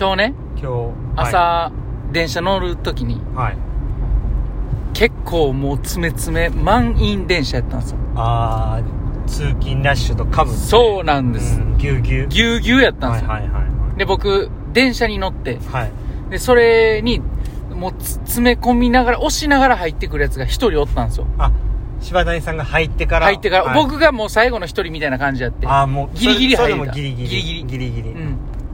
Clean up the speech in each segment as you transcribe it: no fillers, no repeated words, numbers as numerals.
今日、朝、はい、電車乗るときに、はい、結構もう詰め満員電車やったんですよ。 通勤ラッシュとかぶって。 そうなんです。 ぎゅうぎゅうやったんですよ。 はいはいはいはい、 で、僕、電車に乗って、 はい、 で、それに、もう詰め込みながら、押しながら入ってくるやつが一人おったんですよ。 柴谷さんが入ってから、 はい、僕がもう最後の一人みたいな感じやって。 もう、 ギリギリ入った。 それもギリギリ。 うん。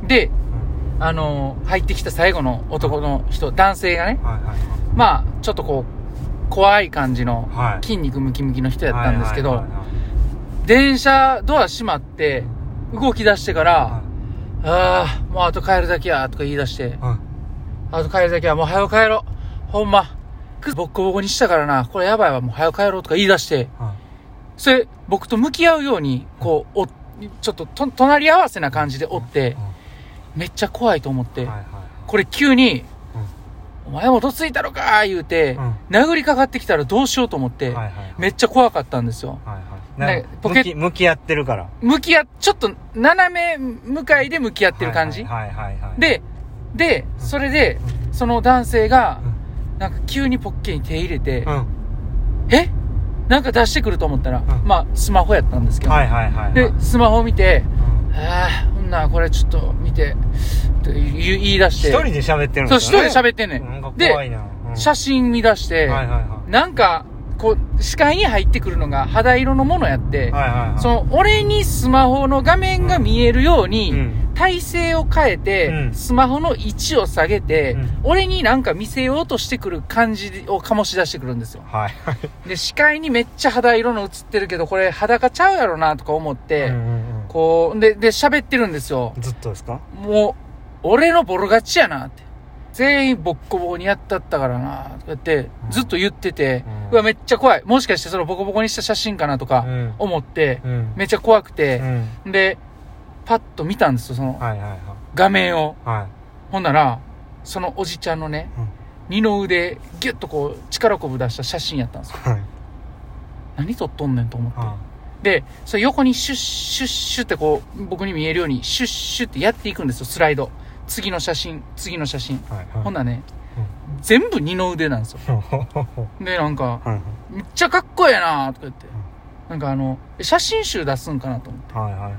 で、入ってきた最後の男の人、男性がね、はいはいはい、まあ、ちょっとこう、怖い感じの、筋肉ムキムキの人やったんですけど、電車ドア閉まって、動き出してから、もうあと帰るだけや、とか言い出して、あと帰るだけや、もう早く帰ろう。ほんま。ボッコボコにしたからな、これやばいわ、もう早く帰ろうとか言い出して、それ、僕と向き合うように、こう、ちょっと隣り合わせな感じでおって、めっちゃ怖いと思って、これ急に、お前もどついたろか言うて、殴りかかってきたらどうしようと思って、めっちゃ怖かったんですよ。 向き合ってるから。 ちょっと斜め向かいで向き合ってる感じ。で、それで、その男性が、なんか急にポッケに手入れて、なんか出してくると思ったら、まあ、スマホやったんですけど、で、スマホ見て、ほんならこれちょっと見て、言い出して。 一人で喋ってるんですよね。 そう、一人で喋ってんねん。で、写真見出して、なんか、こう、視界に入ってくるのが肌色のものやって、その、俺にスマホの画面が見えるように、体勢を変えて、スマホの位置を下げて、俺になんか見せようとしてくる感じを醸し出してくるんですよ。で、視界にめっちゃ肌色の映ってるけど、これ裸ちゃうやろなとか思って、こう、で、喋ってるんですよ。 ずっとですか？ もう、俺のボロ勝ちやなって。全員ボッコボコにやったからな、とか言って、ずっと言ってて、うわ、めっちゃ怖い。もしかしてそのボコボコにした写真かなとか思って、めっちゃ怖くて、で、パッと見たんですよ、その、画面を。ほんなら、そのおじちゃんのね、二の腕、ギュッとこう、力こぶ出した写真やったんですよ。何撮っとんねんと思って。で、それ横にシュッシュッシュってこう、僕に見えるように、シュッシュってやっていくんですよ、スライド。次の写真。ほんなね、全部二の腕なんですよ。で、なんか、めっちゃかっこええなーとか言って、なんか写真集出すんかなと思って。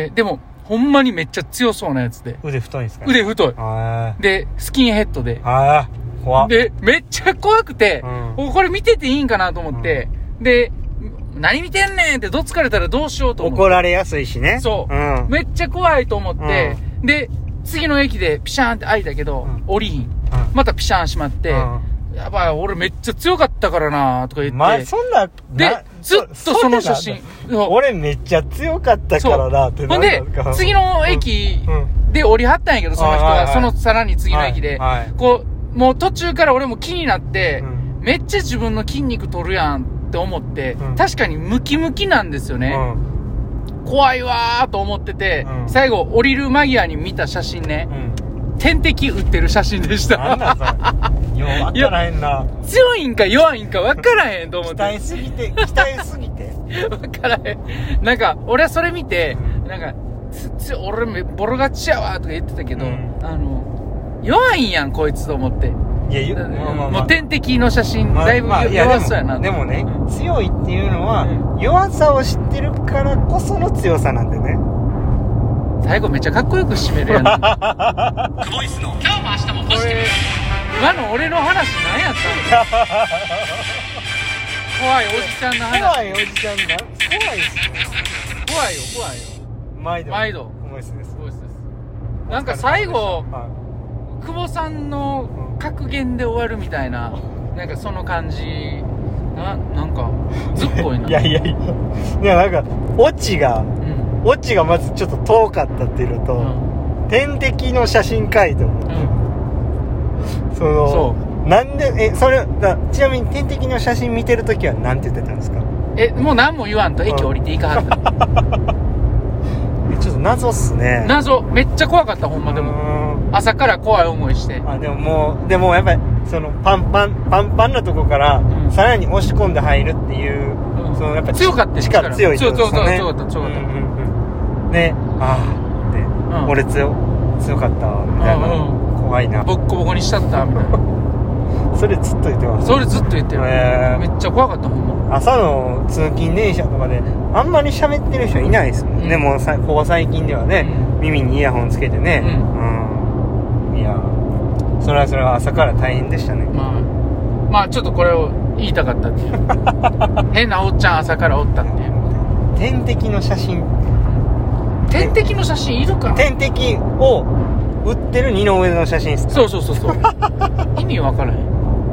でも、ほんまにめっちゃ強そうなやつで。 腕太いんですか？ 腕太い。で、スキンヘッドで。 怖っ。 で、めっちゃ怖くて、これ見てていいんかなと思って、で、何見てんねんってどつかれたらどうしようと思って。 怒られやすいしね。 そう。めっちゃ怖いと思って、で、次の駅でピシャーンって開いたけど、降りひん。またピシャーン閉まって、やばい、俺めっちゃ強かったからなとか言って。 そんな、 で、ずっとその写真。 俺めっちゃ強かったからなってほんで、次の駅で降りはったんやけど、その人が、そのさらに次の駅で。こう、もう途中から俺も気になって、めっちゃ自分の筋肉取るやんって思って、確かにムキムキなんですよね。怖いわーと思ってて、最後降りる間際に見た写真ね、点滴打ってる写真でした。 なんだそれ。よう分からへんな。 強いんか弱いんか分からへんと思って。 期待すぎて。 分からへん。なんか、俺はそれ見て、なんか、俺ボロ勝ちやわとか言ってたけど、弱いんやんこいつと思って。もう点滴の写真、だいぶ弱そうやな。 でもね、強いっていうのは、弱さを知ってるからこその強さなんでね。 最後めっちゃかっこよく締めるやん。クボイスの今日も明日もポジティブ。今の俺の話何やったの？怖いおじちゃんの話。 怖いおじちゃんだ。怖いっすね。 怖いよ。毎度。 クボイスです。 なんか最後、久保さんの格言で終わるみたいな、なんかその感じ、なんかずっこいな。 いやなんかオチがまずちょっと遠かったっていうのと、点滴の写真書いても、なんでちなみに点滴の写真見てるときはなんて言ってたんですか？ もう何も言わんと駅降りていかはった。 ちょっと謎っすね。 めっちゃ怖かったほんま。でも朝から怖い思いして。 でもやっぱりそのパンパンなとこから、さらに押し込んで入るっていう、そのやっぱ強かった。 力強いってことですよね。 強かった。 ね、俺強強かったみたいな、怖いな。 ボッコボコにしちゃったみたいなそれずっと言ってます。 それずっと言ってる、めっちゃ怖かったもん。 朝の通勤電車とかであんまり喋ってる人いないですもんね、もうここ最近ではね、耳にイヤホンつけてね、いやそれは朝から大変でしたね。 まあちょっとこれを言いたかったっていう変なおっちゃん朝からおったっていう。 天敵の写真天敵の写真いるか。 天敵を売ってる二の腕の写真ですか。 そう意味わからへん。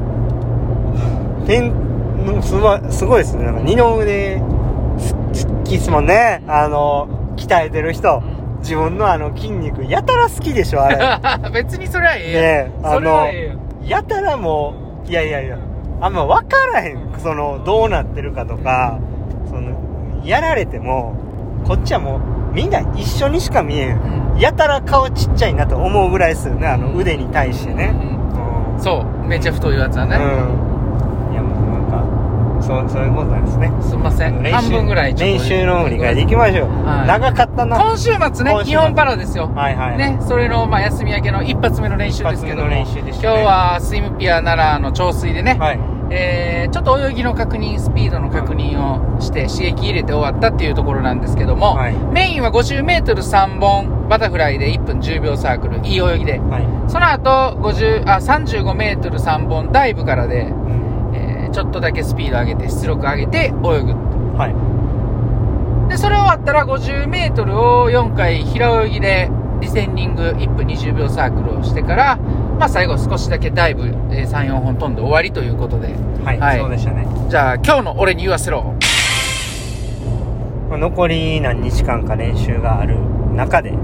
すごいですね。なんか二の腕好きっすもんね。鍛えてる人、自分の筋肉やたら好きでしょあれ別にそれはええやん、それはええよ。 やたらもういやあんま分からへん、どうなってるかとか、やられてもこっちはもうみんな一緒にしか見えん、やたら顔ちっちゃいなと思うぐらいですよね、腕に対してね、 そうめっちゃ太いやつはね、 いやもうなんかそういうことなんですね。 すみません、半分ぐらい練習の振り返りいきましょう、長かったな。 今週末ね、日本パラですよ、ね、それの休み明けの一発目の練習ですけども、今日はスイムピア奈良の長水でね、ちょっと泳ぎの確認、スピードの確認をして刺激入れて終わったっていうところなんですけども、メインは 50m3 本バタフライで1分10秒サークル、いい泳ぎで、その後35m3 本ダイブからで、ちょっとだけスピード上げて出力上げて泳ぐ、でそれ終わったら 50m を4回平泳ぎでディセンディング1分20秒サークルをしてから、最後少しだけダイブ 3,4 本飛んで終わりということで、 そうでしたね。 じゃあ今日の俺に言わせろ。 残り何日間か練習がある中で、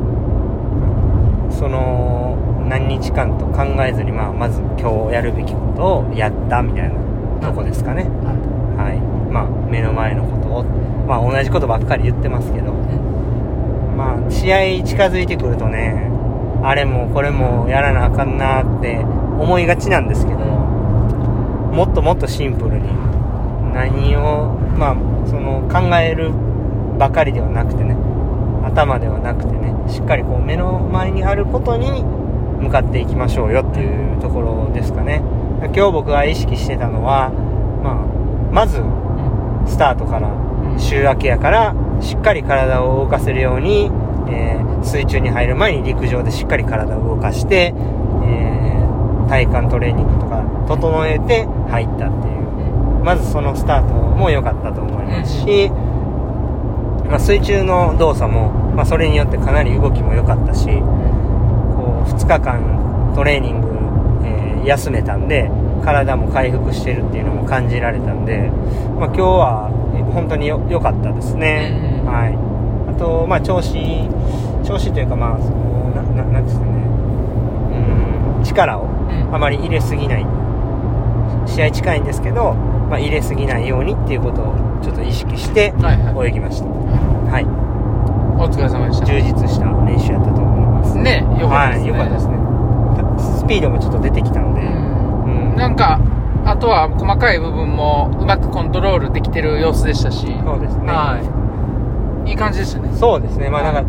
その何日間と考えずに、まず今日やるべきことをやったみたいなとこですかね。目の前のことを、同じことばっかり言ってますけど、試合近づいてくるとね、あれもこれもやらなあかんなって思いがちなんですけど、もっともっとシンプルに何を考えるばかりではなくてね、頭ではなくてね、しっかり目の前にあることに向かっていきましょうよっていうところですかね。今日僕が意識してたのは、まずスタートから週明けやからしっかり体を動かせるように、水中に入る前に陸上でしっかり体を動かして、体幹トレーニングとか整えて入ったっていう、まずそのスタートも良かったと思いますし、水中の動作も、それによってかなり動きも良かったし、2日間トレーニング、休めたんで体も回復してるっていうのも感じられたんで、今日は本当に良かったですね。あと調子というかなんですかね、力をあまり入れすぎない、試合近いんですけど、入れすぎないようにっていうことをちょっと意識して泳ぎました。 お疲れ様でした。 充実した練習やったと思いますね。良かったですね。 良かったですね。スピードもちょっと出てきたんで、 なんかあとは細かい部分もうまくコントロールできてる様子でしたし、 そうですね、 いい感じでしたね。 そうですね。なんか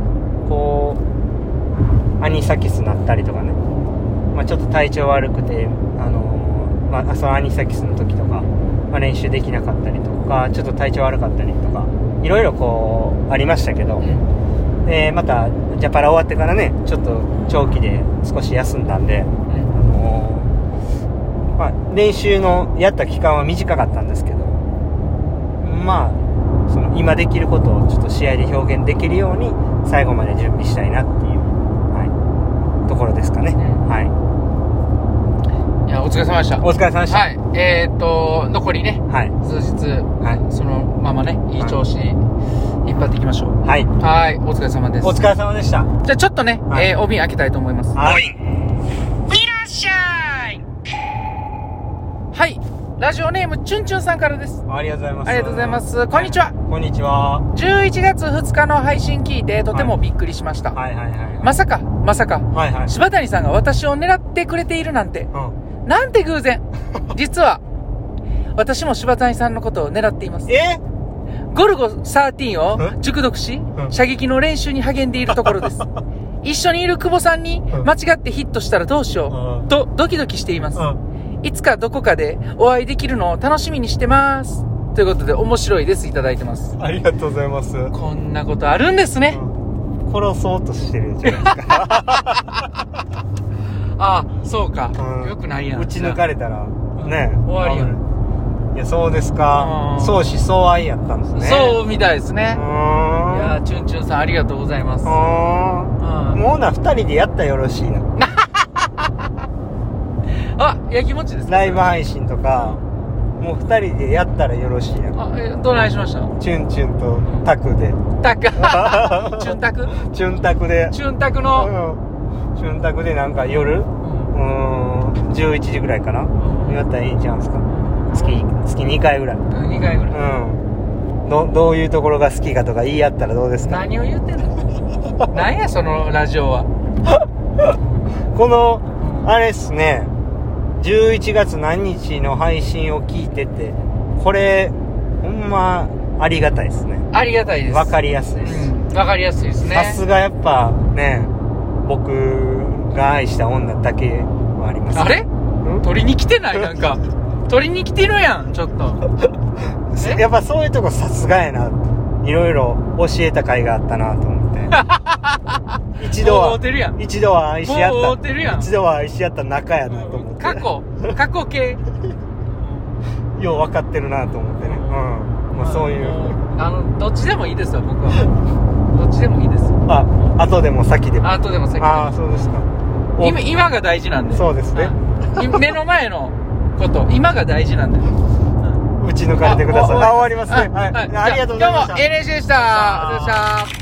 アニサキスなったりとかね、ちょっと体調悪くてそのアニサキスの時とか、練習できなかったりとか、ちょっと体調悪かったりとか、いろいろありましたけど、でまたジャパラ終わってからね、ちょっと長期で少し休んだんで、練習のやった期間は短かったんですけど、その今できることをちょっと試合で表現できるように最後まで準備したいなっていう、ところですかね。 いや、お疲れ様でした。 お疲れ様でした。 残りね、数日、そのままね、いい調子引っ張っていきましょう。お疲れ様です。 お疲れ様でした。 じゃあちょっとね、お瓶開けたいと思います。 お瓶、いらっしゃい。 ラジオネームチュンチュンさんからです。 ありがとうございます。 ありがとうございます。こんにちは。 こんにちは。 11月2日の配信聞いてとてもびっくりしました。まさか、柴谷さんが私を狙ってくれているなんて、なんて偶然。実は私も柴谷さんのことを狙っています。 ゴルゴ13を熟読し、射撃の練習に励んでいるところです。一緒にいる久保さんに間違ってヒットしたらどうしようとドキドキしています。いつかどこかでお会いできるのを楽しみにしてます。ということで面白いですいただいてます。 ありがとうございます。 こんなことあるんですね。 殺そうとしてるじゃないですか。 ああ、そうか。よくないやん。 打ち抜かれたらね、 終わりやん。 いや、そうですか。相思相愛やったんですね。 そうみたいですね。いやチュンチュンさんありがとうございます。 もうな、二人でやったらよろしいな。 あ、やきもちですね。 ライブ配信とか、もう二人でやったらよろしいな。 あ、どないしました？ チュンチュンとタクで。 タクチュンタク？ チュンタクで。 チュンタクの、 チュンタクでなんか夜、11時ぐらいかな、やったらいいんちゃうんすか。月2回ぐらい。 2回ぐらい。 どういうところが好きかとか言い合ったらどうですか？ 何を言ってんの？何やそのラジオは。 このあれっすね、11月何日の配信を聞いてて、これほんまありがたいですね。 ありがたいです。 わかりやすいです。 わかりやすいですね。 さすがやっぱね、僕が愛した女だけはあります、ね。 あれ？取りに来てない？なんか取りに来てるやんちょっと。 やっぱそういうとこさすがやな。いろいろ教えた甲斐があったなと思って。一度は愛し合った仲やなと思って。 過去形。 よう分かってるなと思ってね。まあそういう。 どっちでもいいですよ僕は。どっちでもいいです。 後でも先でも。 後でも先でも。 ああそうですか。 今が大事なんで。 そうですね。 目の前のこと今が大事なんで。 打ち抜かれてください。終わりますね。はい。ありがとうございました。 今日も NHK でした。